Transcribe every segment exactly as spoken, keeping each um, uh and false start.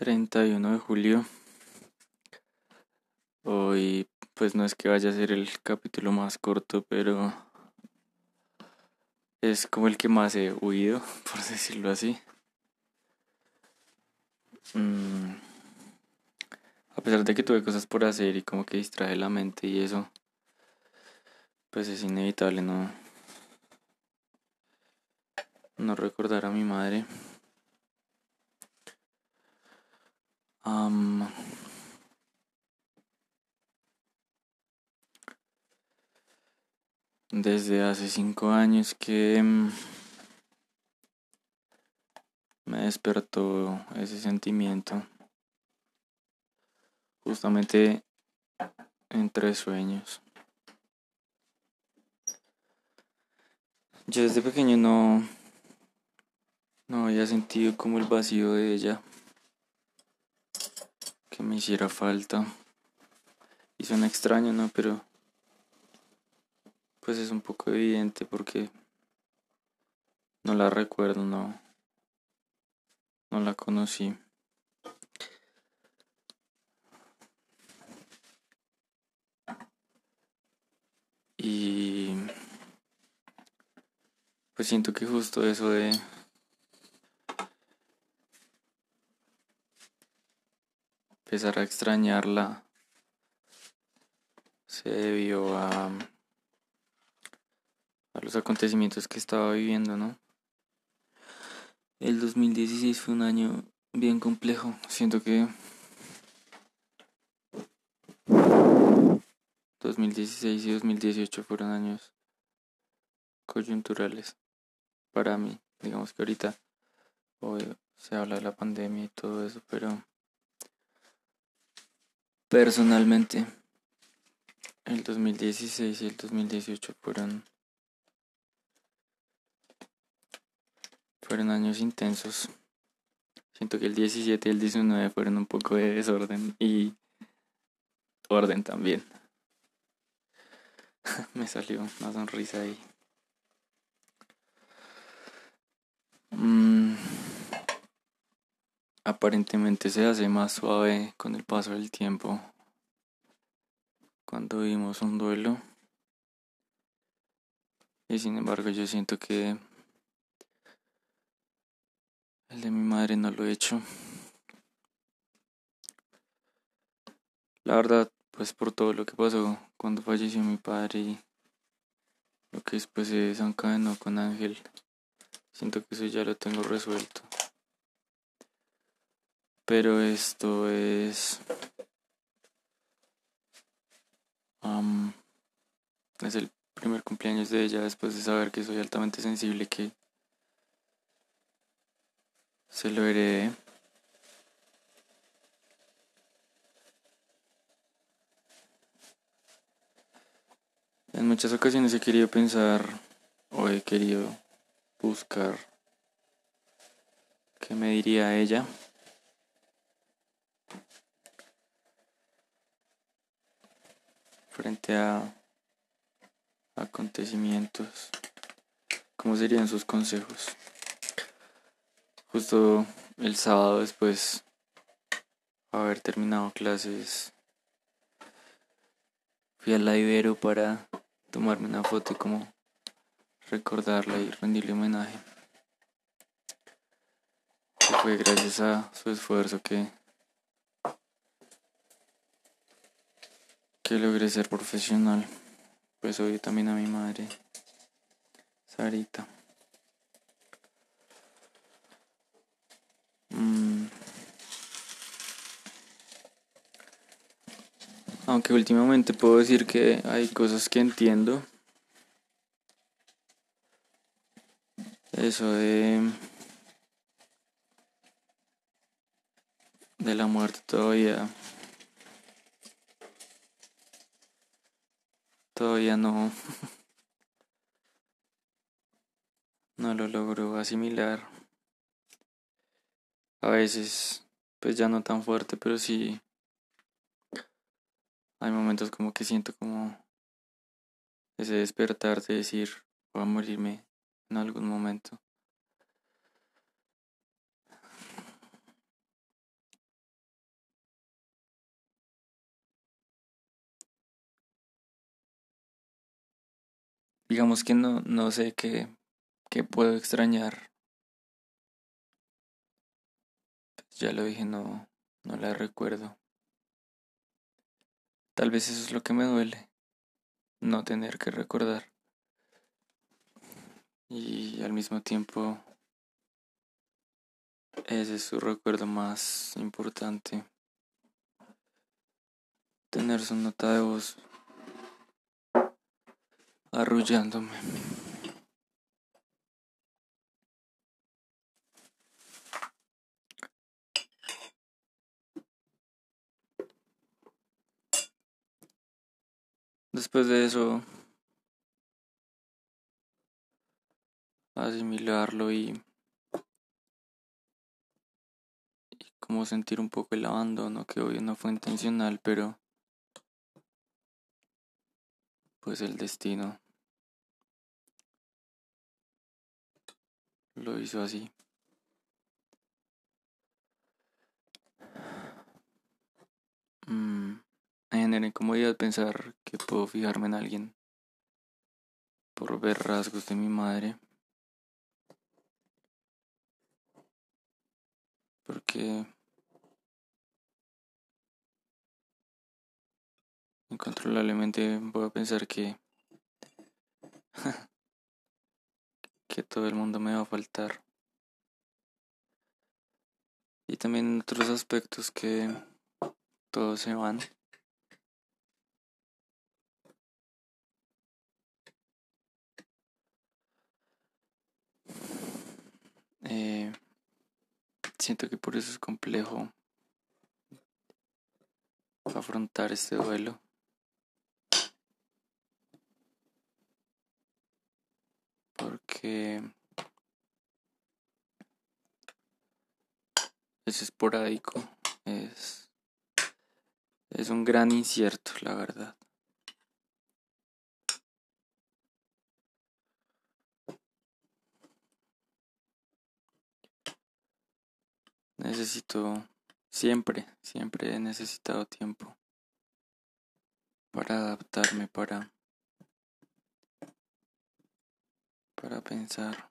treinta y uno de julio. Hoy pues no es que vaya a ser el capítulo más corto, pero es como el que más he huido, por decirlo así. Mm, a pesar de que tuve cosas por hacer y como que distraje la mente y eso, pues es inevitable no, no recordar a mi madre. Am, desde hace cinco años que mm, me despertó ese sentimiento, justamente entre sueños. Yo desde pequeño no, no había sentido como el vacío de ella, que me hiciera falta. Y suena extraño, ¿no? Pero pues es un poco evidente porque no la recuerdo, no, no la conocí. Y pues siento que justo eso de empezar a extrañarla se debió a, a los acontecimientos que estaba viviendo, ¿no? El dos mil dieciséis fue un año bien complejo. Siento que dos mil dieciséis y dos mil dieciocho fueron años coyunturales para mí. Digamos que ahorita obvio, se habla de la pandemia y todo eso, pero personalmente el dos mil dieciséis y el dos mil dieciocho fueron, fueron años intensos. Siento que el diecisiete y el diecinueve fueron un poco de desorden y orden también. Me salió una sonrisa ahí. Mm, aparentemente se hace más suave con el paso del tiempo cuando vivimos un duelo. Y sin embargo yo siento que el de mi madre no lo he hecho. La verdad, pues por todo lo que pasó cuando falleció mi padre y lo que después se desencadenó con Ángel, siento que eso ya lo tengo resuelto. Pero esto es... Um, es el primer cumpleaños de ella después de saber que soy altamente sensible, que se lo heredé. En muchas ocasiones he querido pensar o he querido buscar qué me diría ella. Frente a acontecimientos, ¿cómo serían sus consejos? Justo el sábado después de haber terminado clases, fui al la Ibero para tomarme una foto y como recordarla y rendirle homenaje. Y fue gracias a su esfuerzo que, que logré ser profesional. Pues odio también a mi madre, Sarita. Mm, aunque últimamente puedo decir que hay cosas que entiendo. Eso de, de la muerte todavía, todavía no, no lo logro asimilar. A veces, pues ya no tan fuerte, pero sí hay momentos como que siento como ese despertar de decir, voy a morirme en algún momento. digamos que no, no sé qué, qué puedo extrañar. Ya lo dije, no, no la recuerdo. Tal vez eso es lo que me duele, no tener que recordar. Y al mismo tiempo, ese es su recuerdo más importante. Tener su nota de voz arrullándome. Después de eso, asimilarlo y, y como sentir un poco el abandono, que hoy no fue intencional, pero pues el destino lo hizo así. Mm, me genera incomodidad pensar que puedo fijarme en alguien por ver rasgos de mi madre, porque incontrolablemente voy a pensar que, que todo el mundo me va a faltar. Y también en otros aspectos que todos se van. Eh, siento que por eso es complejo afrontar este duelo. Porque es esporádico. Es, es un gran incierto, la verdad. Necesito, siempre, siempre he necesitado tiempo para adaptarme, para, para pensar.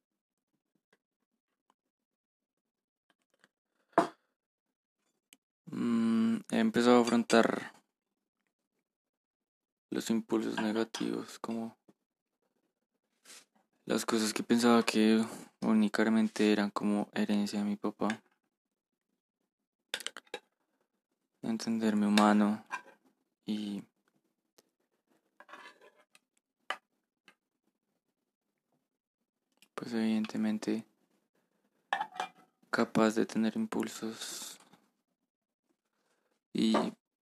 Mm, he empezado a afrontar los impulsos negativos, como las cosas que pensaba que únicamente eran como herencia de mi papá. Entenderme humano y pues evidentemente capaz de tener impulsos y,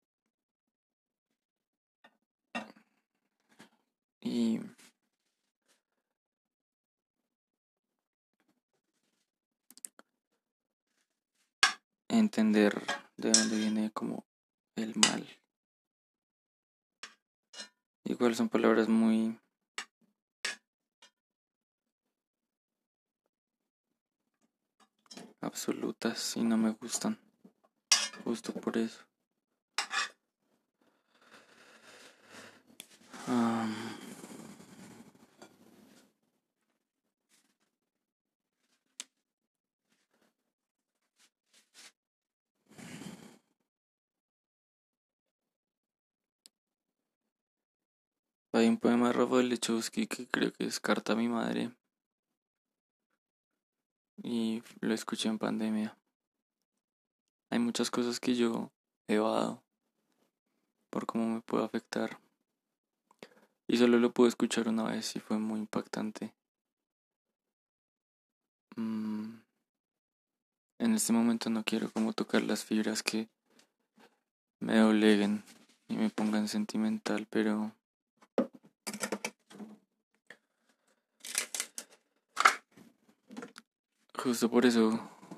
y entender de dónde viene como el mal. Igual son palabras muy absolutas y no me gustan, justo por eso. Um, hay un poema de Rafael Lechowski que creo que es Carta a mi madre y lo escuché en pandemia. Hay muchas cosas que yo he evado por cómo me puede afectar y solo lo pude escuchar una vez y fue muy impactante. Mm, en este momento no quiero como tocar las fibras que me dobleguen y me pongan sentimental, pero justo por eso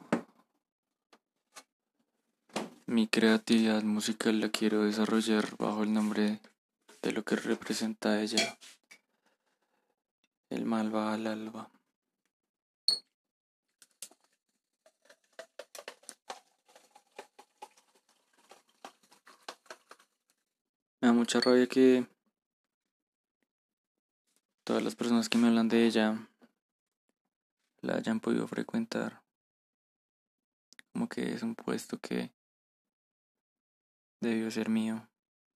mi creatividad musical la quiero desarrollar bajo el nombre de lo que representa ella, el mal va al alba. Me da mucha rabia que todas las personas que me hablan de ella la hayan podido frecuentar. Como que es un puesto que debió ser mío.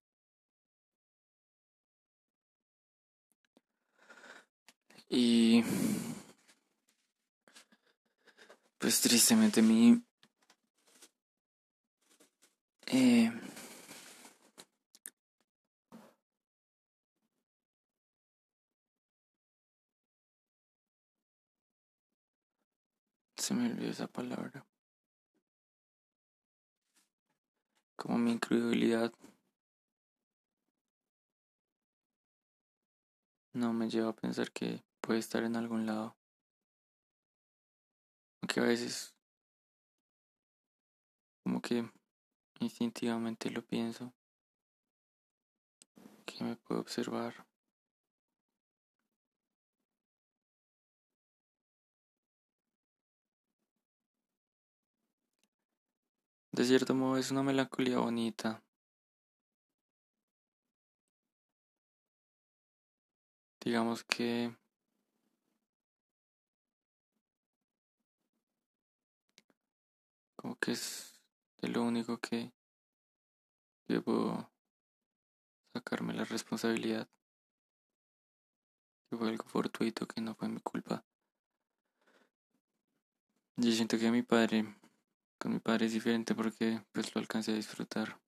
Y pues tristemente mi... Eh, se me olvidó esa palabra. Como mi incredulidad no me lleva a pensar que puede estar en algún lado. Aunque a veces como que instintivamente lo pienso, que me puedo observar. De cierto modo es una melancolía bonita. Digamos que como que es de lo único que yo puedo sacarme la responsabilidad. Que fue algo fortuito, que no fue mi culpa. Yo siento que mi padre, con mi padre es diferente porque pues lo alcancé a disfrutar.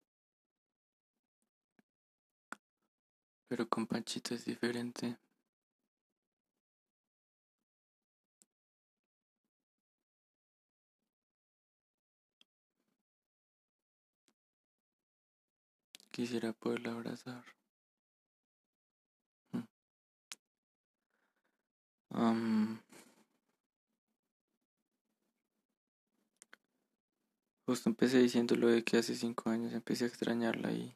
Pero con Panchito es diferente. Quisiera poderla abrazar. Mm. Am, justo empecé diciendo lo de que hace cinco años empecé a extrañarla y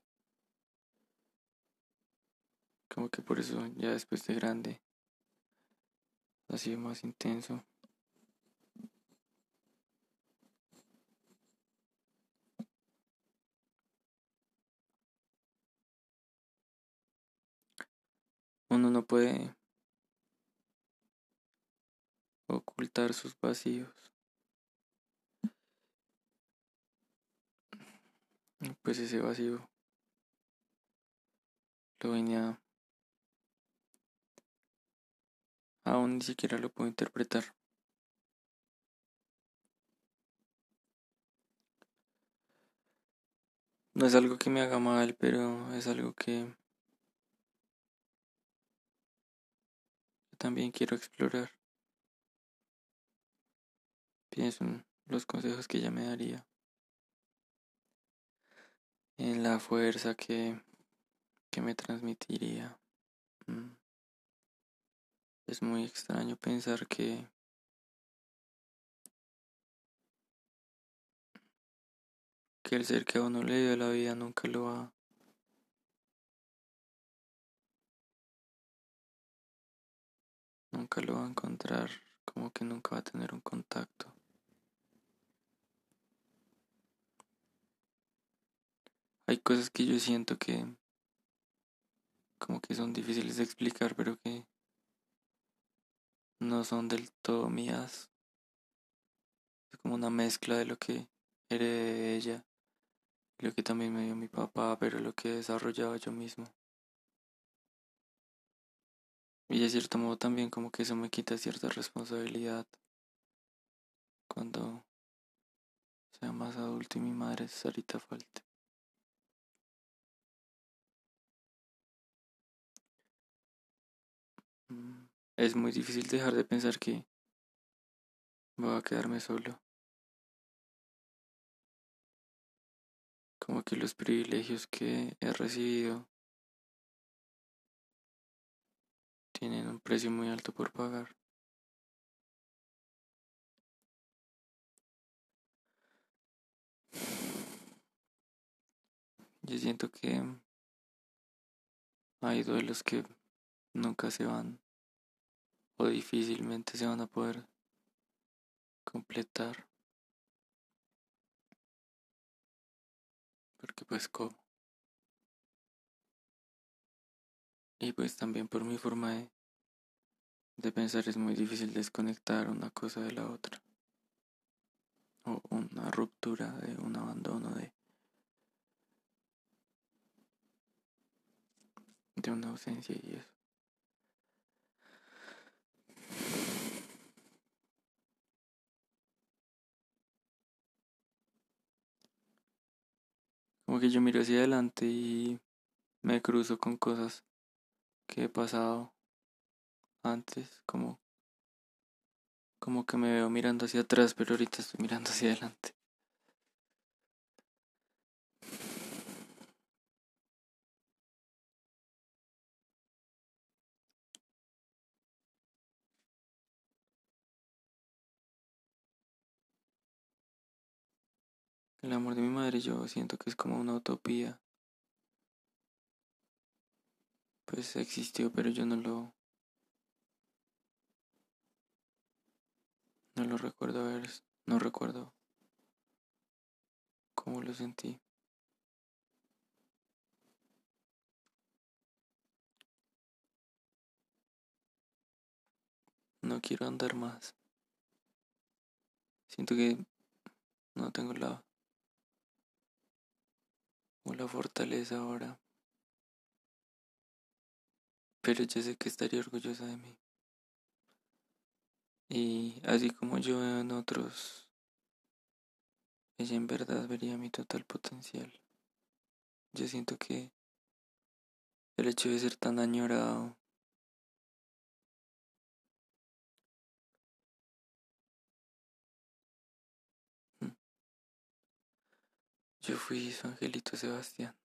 como que por eso ya después de grande ha sido más intenso. Uno no puede ocultar sus vacíos. Pues ese vacío lo venía, aún ni siquiera lo puedo interpretar. No es algo que me haga mal, pero es algo que también quiero explorar. Pienso en los consejos que ella me daría, en la fuerza que, que me transmitiría. Mm, Es muy extraño pensar que, que el ser que a uno le dio la vida nunca lo va, nunca lo va a encontrar, como que nunca va a tener un contacto. Hay cosas que yo siento que como que son difíciles de explicar, pero que no son del todo mías. Es como una mezcla de lo que heredé de ella, lo que también me dio mi papá, pero lo que he desarrollado yo mismo. Y de cierto modo también como que eso me quita cierta responsabilidad cuando sea más adulto y mi madre ahorita falte. Mm, Es muy difícil dejar de pensar que voy a quedarme solo. Como que los privilegios que he recibido tienen un precio muy alto por pagar. Yo siento que hay duelos que nunca se van o difícilmente se van a poder completar. Porque pues como. Y pues también por mi forma de de pensar es muy difícil desconectar una cosa de la otra. O una ruptura de un abandono de, de una ausencia y eso. Como que yo miro hacia adelante y me cruzo con cosas que he pasado antes, como, como que me veo mirando hacia atrás, pero ahorita estoy mirando hacia adelante. El amor de mi madre yo siento que es como una utopía. Pues existió, pero yo no lo, no lo recuerdo haber, no recuerdo cómo lo sentí. No quiero andar más. Siento que no tengo la, o la fortaleza ahora, pero yo sé que estaría orgullosa de mí. Y así como yo veo en otros, ella en verdad vería mi total potencial. Yo siento que el hecho de ser tan añorado, yo fui su angelito Sebastián.